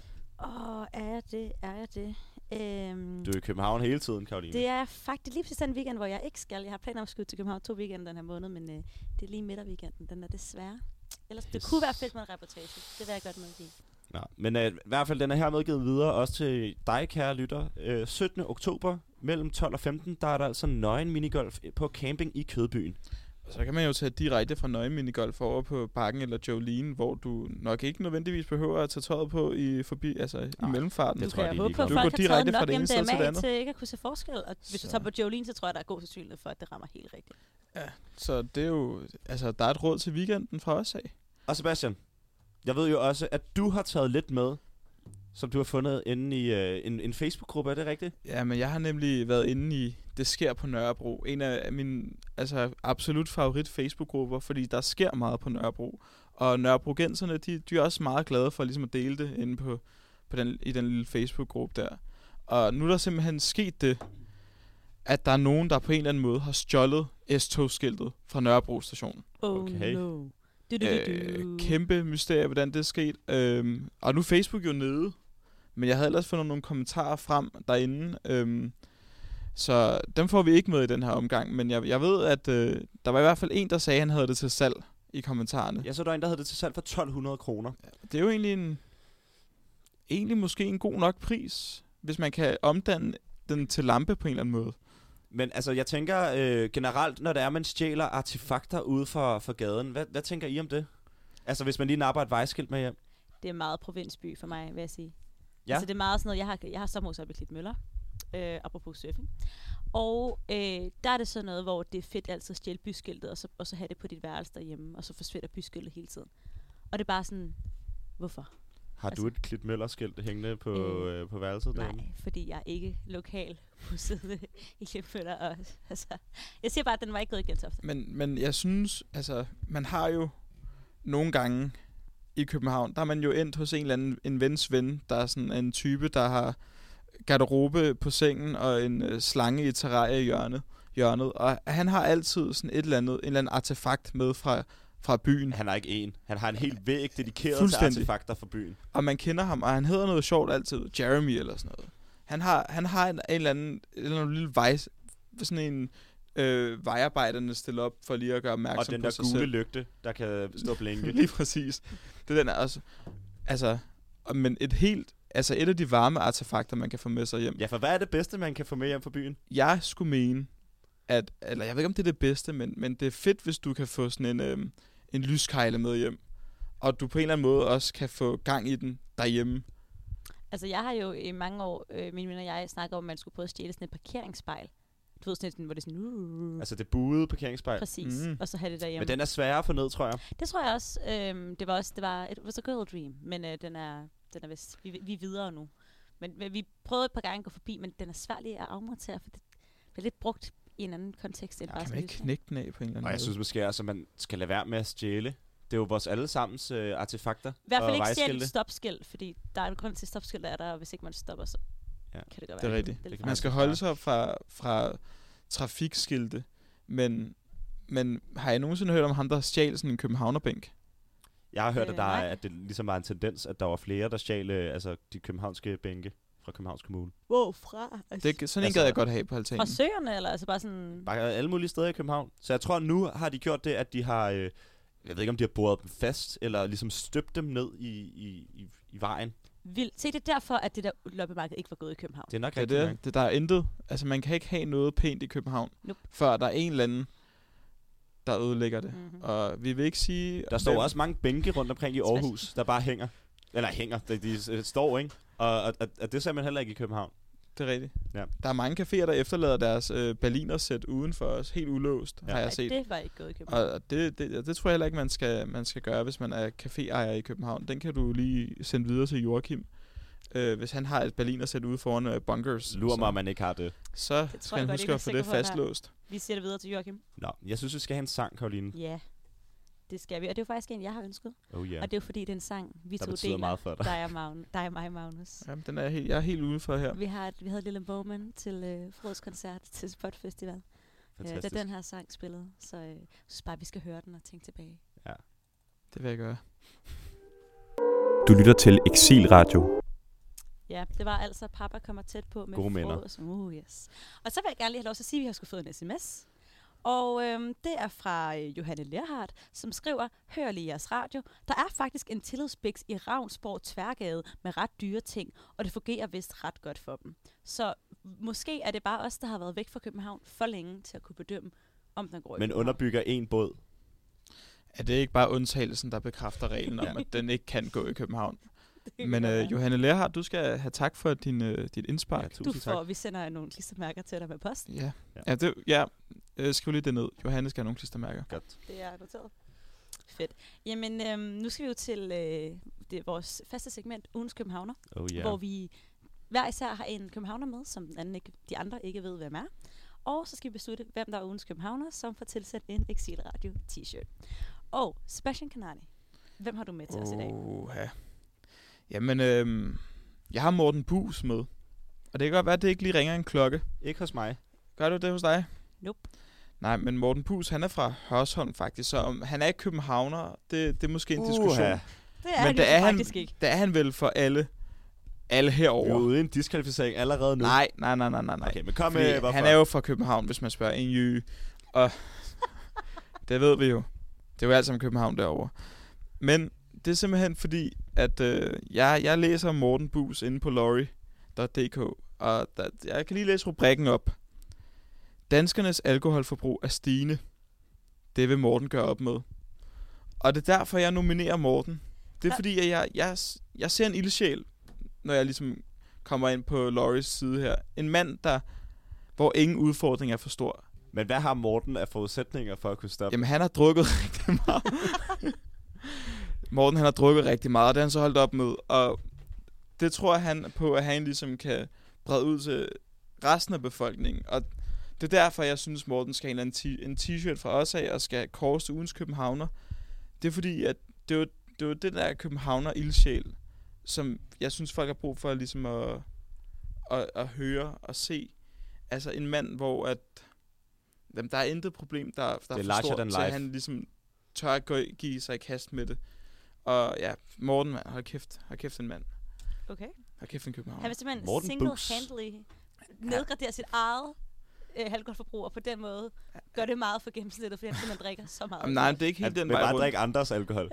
Er jeg det? Du er i København hele tiden, Karoline. Det er faktisk lige præcis den weekend, hvor jeg ikke skal. Jeg har planer om at skulle til København 2 weekender den her måned, men det er lige midterweekenden. Den er desværre. Ellers det kunne være fedt med en reportage. Det vil jeg godt medgive. Nå, men i hvert fald, den er her medgivet videre, også til dig, kære lytter. 17. oktober, mellem 12 og 15, der er der altså nøgen minigolf på camping i Kødbyen. Så kan man jo tage direkte fra nøgen minigolf over på Bakken eller Jolene, hvor du nok ikke nødvendigvis behøver at tage tøjet på i mellemfarten. Det tror jeg, håber på, at folk har taget nok MDMA til ikke at kunne se forskel. Og hvis du tager på Jolene, så tror jeg, der er god sandsynlighed for, at det rammer helt rigtigt. Ja, så det er jo... Altså, der er et råd til weekenden fra os af. Og Sebastian, jeg ved jo også, at du har taget lidt med, som du har fundet inde i en Facebook-gruppe, er det rigtigt? Ja, men jeg har nemlig været inde i Det sker på Nørrebro. En af mine absolut favorit Facebook-grupper, fordi der sker meget på Nørrebro. Og nørrebrogenserne, de er også meget glade for ligesom at dele det inde i den lille Facebook-gruppe der. Og nu er der simpelthen sket det, at der er nogen, der på en eller anden måde har stjålet S-togskiltet fra Nørrebro station. Okay. No. Kæmpe mysterie, hvordan det er sket. Og nu er Facebook jo nede, men jeg havde ellers fundet nogle kommentarer frem derinde. Så dem får vi ikke med i den her omgang, men jeg ved, at der var i hvert fald en, der sagde, at han havde det til salg i kommentarerne. Ja, så der er en, der havde det til salg for 1.200 kroner. Det er jo egentlig måske en god nok pris, hvis man kan omdanne den til lampe på en eller anden måde. Men altså, jeg tænker generelt, når det er, man stjæler artefakter ude for gaden, hvad tænker I om det? Altså, hvis man lige napper et vejskilt med hjem? Det er meget provinsby for mig, vil jeg sige. Ja. Altså, det er meget sådan noget, jeg har sommerhus oppe i Klitmøller, apropos surfing. Og der er det sådan noget, hvor det er fedt altid at stjæle byskiltet, og så have det på dit værelse derhjemme, og så forsvinder byskiltet hele tiden. Og det er bare sådan, hvorfor? Har du et Klitmøller-skilt hængende på værelset derhjemme? Nej, fordi jeg er ikke lokal bosiddende i Klitmøller. Og, altså, jeg siger bare, at den var ikke gået igen så ofte. Men jeg synes, altså, man har jo nogle gange i København, der er man jo endt hos en eller anden en vens ven, der er sådan en type, der har garderobe på sengen og en slange i terrarie i hjørnet. Og han har altid sådan en eller anden artefakt med fra byen. Han har ikke en. Han har en helt væg dedikeret til artefakter fra byen. Og man kender ham, og han hedder noget sjovt altid. Jeremy eller sådan noget. Han har en eller anden lille sådan en vejarbejderne stiller op for lige at gøre opmærksom på sig selv. Og den der gule lygte, der kan stå og blinke. Lige præcis. Det den er også. Altså, men et af de varme artefakter, man kan få med sig hjem. Ja, for hvad er det bedste, man kan få med hjem fra byen? Jeg skulle mene, eller jeg ved ikke, om det er det bedste, men det er fedt, hvis du kan få sådan en lyskejle med hjem. Og du på en eller anden måde også kan få gang i den derhjemme. Altså, jeg har jo i mange år, mine venner og jeg snakker om, at man skulle prøve at stjæle sådan et parkeringsspejl. Du ved sådan, hvor det er sådan... Altså det buede parkeringsspejl? Præcis, og så have det derhjemme. Men den er sværere at få ned, tror jeg. Det tror jeg også. Det var it was a girl dream, men den er vist... Vi er videre nu. Men vi prøvede et par gange at gå forbi, men den er svær lige at afmontere, for det bliver lidt brugt i en anden kontekst. End bare kan man ikke knække den af på en eller anden måde? Og jeg synes måske også, at man skal lade være med at stjæle. Det er jo vores allesammens artefakter. I hvert fald ikke stjæle stopskilt, fordi der er en grund til, at stopskilt er der, og hvis ikke man stopper, så kan det godt være. Det er rigtigt. Man skal holde sig fra trafikskilte, men har I nogensinde hørt om ham, der stjal sådan en københavnerbænk? Jeg har hørt, at det ligesom var en tendens, at der var flere, der stjal de københavnske bænke fra Københavns Kommune. Wow, fra? Sådan en gad jeg godt have på altanen. Fra søerne, eller altså bare sådan... Bare alle mulige steder i København. Så jeg tror, nu har de gjort det, at de har... jeg ved ikke, om de har boret dem fast, eller ligesom støbt dem ned i vejen. Vildt. Se, det er derfor, at det der loppemarked ikke var gået i København. Det er nok rigtigt. Det der er intet. Altså, man kan ikke have noget pænt i København, før der er en eller anden, der ødelægger det. Mm-hmm. Og vi vil ikke sige... Der står også mange bænke rundt omkring i Aarhus, der bare hænger. Eller hænger, de står, ikke? Og det ser man heller ikke i København. Det er rigtigt. Ja. Der er mange caféer, der efterlader deres berlinersæt uden for os, helt ulåst, har jeg set. Det var ikke gået i København. Og det tror jeg heller ikke, man skal gøre, hvis man er caféejer i København. Den kan du lige sende videre til Joachim. Hvis han har et berlinersæt ude foran bunkers. Lurer mig, om man ikke har det. Så skal han huske at få det fastlåst. Vi siger det videre til Joachim. Nå, jeg synes, vi skal have en sang, Karoline. Ja, det skal vi. Og det er jo faktisk en, jeg har ønsket. Oh, yeah. Og det er jo fordi, det er en sang, vi to deler. Meget for dig. Dig og mig, Magnus. Jamen, den er jeg er helt ude for her. Vi havde et lille moment til Frødskoncert til Spot Festival. Da den her sang spillede. Så jeg synes bare, vi skal høre den og tænke tilbage. Ja, det vil jeg gøre. Du lytter til Exilradio. Ja, det var altså Papa kommer tæt på med gode minder. Yes. Og så vil jeg gerne lige have lov til at sige, at vi har skulle fået en sms. Og det er fra Johanne Lerhardt, som skriver, hør lige jeres radio. Der er faktisk en tillidsbiks i Ravnsborg Tværgade med ret dyre ting, og det fungerer vist ret godt for dem. Så måske er det bare os, der har været væk fra København for længe til at kunne bedømme, om den går i Men underbygger en båd. Er det ikke bare undtagelsen, der bekræfter reglen om, at den ikke kan gå i København? Men Johanne Lerhardt, du skal have tak for dit indspark. Ja, vi sender nogle klistermærker til dig med posten. Skriv lige det ned. Johanne skal have nogle klistermærker. Godt. Det er noteret. Fedt. Jamen, nu skal vi jo til vores faste segment, Ugens Københavner. Hvor vi hver især har en københavner med, som de andre ikke ved, hvem er. Og så skal vi beslutte, hvem der er Ugens Københavner, som får tilsendt en Exilradio t-shirt. Og Sebastian Kanani, hvem har du med til os i dag? Ja. Jamen, jeg har Morten Buus med. Og det kan godt være, at det ikke lige ringer en klokke. Ikke hos mig. Gør du det hos dig? Nope. Nej, men Morten Buus, han er fra Hørsholm faktisk, så om han er københavner, det er måske en diskussion. Det er men han faktisk ikke. Det er han vel for alle herover. Vi er ude i en diskvalificering allerede nu. Nej. Okay, men kom med, hvorfor? Han er jo fra København, hvis man spørger en jø. Og det ved vi jo. Det er jo alt sammen København derovre. Men det er simpelthen fordi, at jeg læser Morten Buus inde på lorry.dk, og jeg kan lige læse rubrikken op. Danskernes alkoholforbrug er stigende. Det vil Morten gøre op med. Og det er derfor, jeg nominerer Morten. Det er fordi, at jeg ser en ildsjæl, når jeg ligesom kommer ind på Loris side her. En mand, hvor ingen udfordring er for stor. Men hvad har Morten af forudsætninger for at kunne stoppe? Jamen, han har drukket rigtig meget. Morten, han har drukket rigtig meget, og det har han så holdt op med. Og det tror han på, at han ligesom kan brede ud til resten af befolkningen. Og det er derfor, jeg synes, Morten skal have en t-shirt fra os af, og skal kåres til ugens københavner. Det er fordi, at det er jo det der københavner ildsjæl, som jeg synes, folk har brug for ligesom at høre og se. Altså en mand, hvor at der er intet problem, der er for stort, så han ligesom tør at give sig i kast med det. Og ja, Morten, man, hold kæft en mand. Okay. Hold kæft en københavner. Han vil simpelthen single-handedly nedgradere sit eget alkoholforbrug, og på den måde gør det meget for gennemsnittet, fordi han simpelthen drikker så meget. Jamen, nej, det er ikke helt den vej rundt. Han vil bare drikke andres alkohol.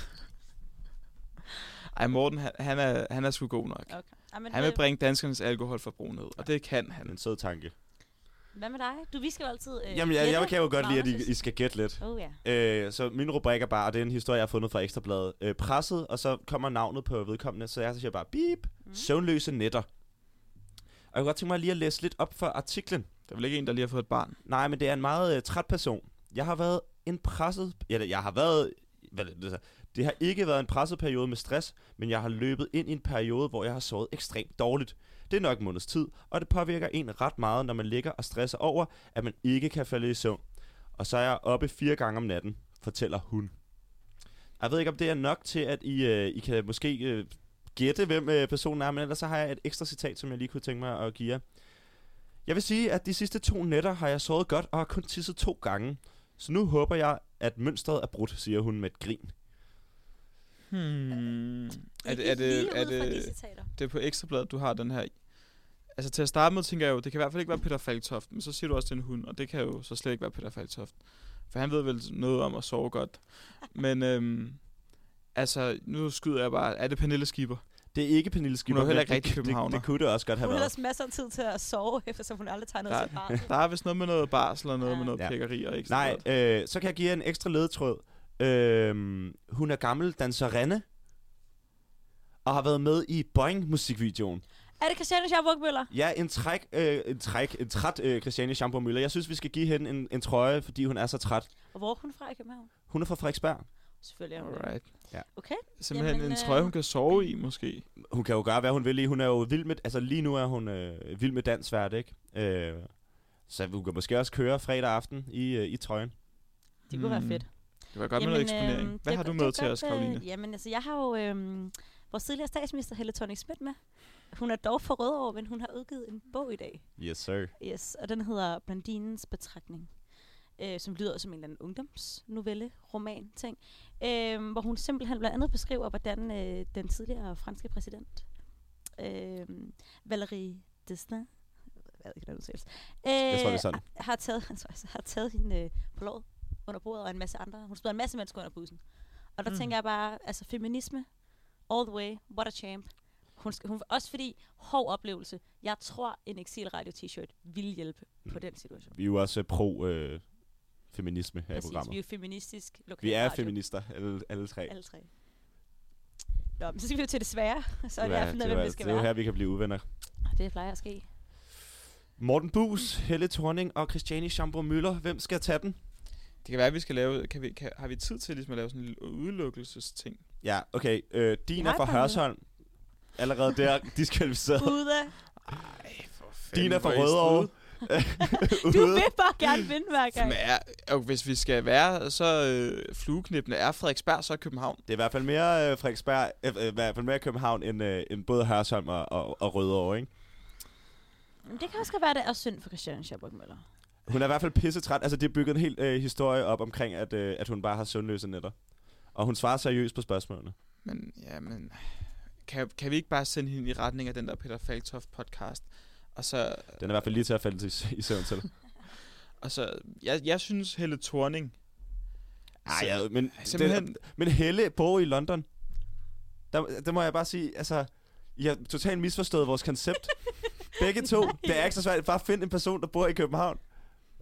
Ej, Morten, han er sgu god nok. Okay. Han vil bringe danskernes alkoholforbrug ned, og det kan han. En sød tanke. Hvad med dig? Vi skal jo altid Jamen, jeg kan jo godt lide, at I skal gætte lidt. Oh, yeah. Så min rubrik er bare, og det er en historie, jeg har fundet fra Ekstrabladet, presset, og så kommer navnet på vedkommende, så jeg siger bare, beep, søvnløse nætter. Og jeg kunne godt tænke mig lige at læse lidt op for artiklen. Der er vel ikke en, der lige har fået et barn? Nej, men det er en meget træt person. Jeg har været en presset... Ja, jeg har været... Det har ikke været en presset periode med stress, men jeg har løbet ind i en periode, hvor jeg har sovet ekstremt dårligt. Det er nok en måneds tid, og det påvirker en ret meget, når man ligger og stresser over, at man ikke kan falde i søvn. Og så er jeg oppe 4 gange om natten, fortæller hun. Jeg ved ikke, om det er nok til, at I kan måske gætte, hvem personen er, men ellers så har jeg et ekstra citat, som jeg lige kunne tænke mig at give jer. Jeg vil sige, at de sidste 2 nætter har jeg sovet godt og har kun tisset 2 gange. Så nu håber jeg, at mønstret er brudt, siger hun med et grin. Det er på Ekstrabladet, du har den her. Altså til at starte med, tænker jeg jo, det kan i hvert fald ikke være Peter Falktoft, men så siger du også, det er en hund, og det kan jo så slet ikke være Peter Falktoft. For han ved vel noget om at sove godt. Men altså, nu skyder jeg bare, er det Pernille Skipper? Det er ikke Pernille Skipper. Hun er heller ikke rigtig københavner. Det kunne det også godt have været. Hun har ellers masser af tid til at sove, eftersom hun aldrig tager noget til barsel. Der er vist noget med noget barsel og noget med noget pækkeri og ikke så så kan jeg give jer en ekstra ledetråd. Hun er gammel danserinde og har været med i Boing-musikvideoen. Er det Christiane Schaumburg-Müller? Ja, en træt Christiane Schaumburg-Müller. Jeg synes, vi skal give hende en trøje, fordi hun er så træt. Og hvor er hun fra i København? Hun er fra Frederiksberg. Selvfølgelig er hun. Alright. Ja. Okay. Simpelthen en trøje, hun kan sove i, måske. Hun kan jo gøre, hvad hun vil i. Hun er jo vild med... Altså, lige nu er hun vild med dansvært, ikke? Så hun kan måske også køre fredag aften i trøjen. Det kunne være fedt. Det var godt med noget eksponering. Hvad har du med til os, Karoline? Jamen, altså, jeg har jo vores tidligere statsminister, Helle Thorning-Schmidt, med. Hun er dog for Rødovre, men hun har udgivet en bog i dag. Yes, sir. Yes, og den hedder Blondinens betragtning. Som lyder som en eller anden ungdomsnovelle, roman-ting. Hvor hun simpelthen blandt andet beskriver, hvordan den tidligere franske præsident, Valéry Giscard, har taget hende på låret under bordet, og en masse andre. Hun spiller en masse mennesker under bussen. Og der tænker jeg bare, altså feminisme, all the way, what a champ. Hun også fordi, hård oplevelse. Jeg tror, en Exilradio t-shirt ville hjælpe på den situation. Vi er jo også pro-feminisme her i programmet. Vi er jo feministisk lokal Vi er radio. feminister, alle tre. Alle tre. Nå, men så skal vi jo til det svære. Så er det hvem det skal være. Det er jo her, vi kan blive uvenner. Det plejer at ske. Morten Buus, Helle Thorning og Christiane Schaumburg-Müller. Hvem skal tage den? Det kan være, at vi skal lave... har vi tid til ligesom at lave sådan en lille udelukkelsesting? Ja, okay. Din er fra Hørsholm. Allerede der diskvalificeret. Ude. Ej, for fanden. Din er fra Rødovre. Du vil bare gerne vinde hver gang. Og hvis vi skal være så flueknippende, er Frederiksberg så København? Det er i hvert fald mere Frederiksberg, i hvert fald mere København end både Hørsholm og Rødovre, ikke? Det kan også være, det er synd for Christiane Schaumburg-Müller. Hun er i hvert fald pissetræt. Altså, de har bygget en hel historie op omkring, at hun bare har søvnløse nætter. Og hun svarer seriøst på spørgsmålene. Men, ja, men... Kan vi ikke bare sende hende i retning af den der Peter Falktoft podcast? Og så... Den er i hvert fald lige til at falde i søvn til. Og så... Jeg synes Helle Thorning... Men Helle bor i London. Der må jeg bare sige, altså... I har totalt misforstået vores koncept. Begge to. Det er ikke så svært. Bare find en person, der bor i København.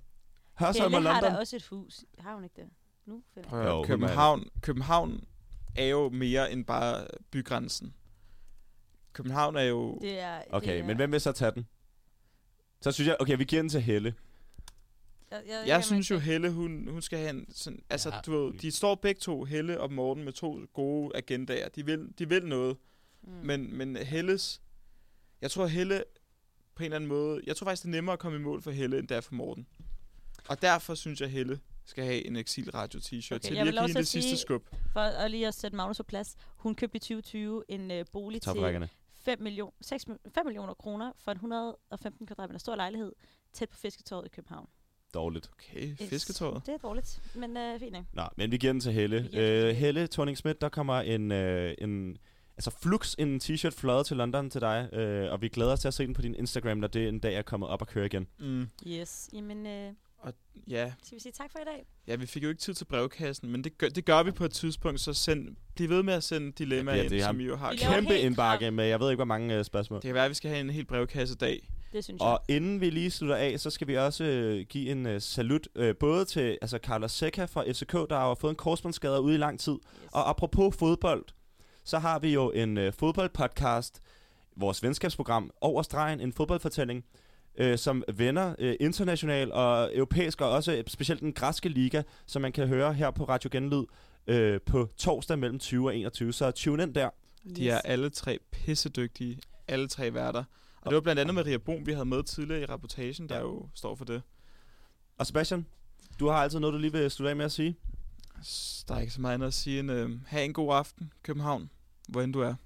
Hørsholm og Helle har London. da også et hus. Har hun ikke det? Nu finder Prøv at høre, København er jo mere end bare bygrænsen. København er jo... Okay, men hvem vil så tage den? Så synes jeg, okay, vi giver den til Helle. Jeg synes jo, Helle, hun skal have en sådan... Altså, du ved, de står begge to, Helle og Morten, med 2 gode agendaer. De vil noget. Men Helles... Jeg tror, Helle på en eller anden måde... Jeg tror faktisk, det er nemmere at komme i mål for Helle, end det er for Morten. Og derfor synes jeg, Helle skal have en Exil-radio t-shirt til lige at give det sidste skub. For at lige at sætte Magnus på plads. Hun købte i 2020 en bolig til 5 millioner kroner for en 115 kvadratmeter stor lejlighed tæt på Fisketorvet i København. Dårligt. Okay, Fisketorvet. Det er dårligt, men fint ikke. Nå, men vi giver den til Helle. Helle Thorning-Schmidt, der kommer en flux en t-shirt fløjet til London til dig, og vi glæder os til at se den på din Instagram, når det en dag er kommet op og køre igen. Yes, jamen... Ja. Skal vi sige tak for i dag? Ja, vi fik jo ikke tid til brevkassen, men det gør vi på et tidspunkt, så bliv ved med at sende dilemmaer ind, som vi jo har. Kæmpe indbakke med, jeg ved ikke, hvor mange spørgsmål. Det kan være, at vi skal have en helt brevkassedag. Det synes jeg. Og inden vi lige slutter af, så skal vi også give en salut, både til Carlos Seca fra FCK, der har fået en korsbåndsskade ude i lang tid. Yes. Og apropos fodbold, så har vi jo en fodboldpodcast, vores venskabsprogram, Over stregen, en fodboldfortælling, som vender international og europæisk, og også specielt den græske liga, som man kan høre her på Radio Genlyd på torsdag mellem 20 og 21. Så tune ind der. De er alle 3 pissedygtige, alle 3 værter. Og det var blandt andet Maria Bohm, vi havde med tidligere i reportagen, der jo står for det. Og Sebastian, du har altid noget, du lige vil slutte af med at sige? Der er ikke så meget andet at sige end, have en god aften, København, hvor end du er.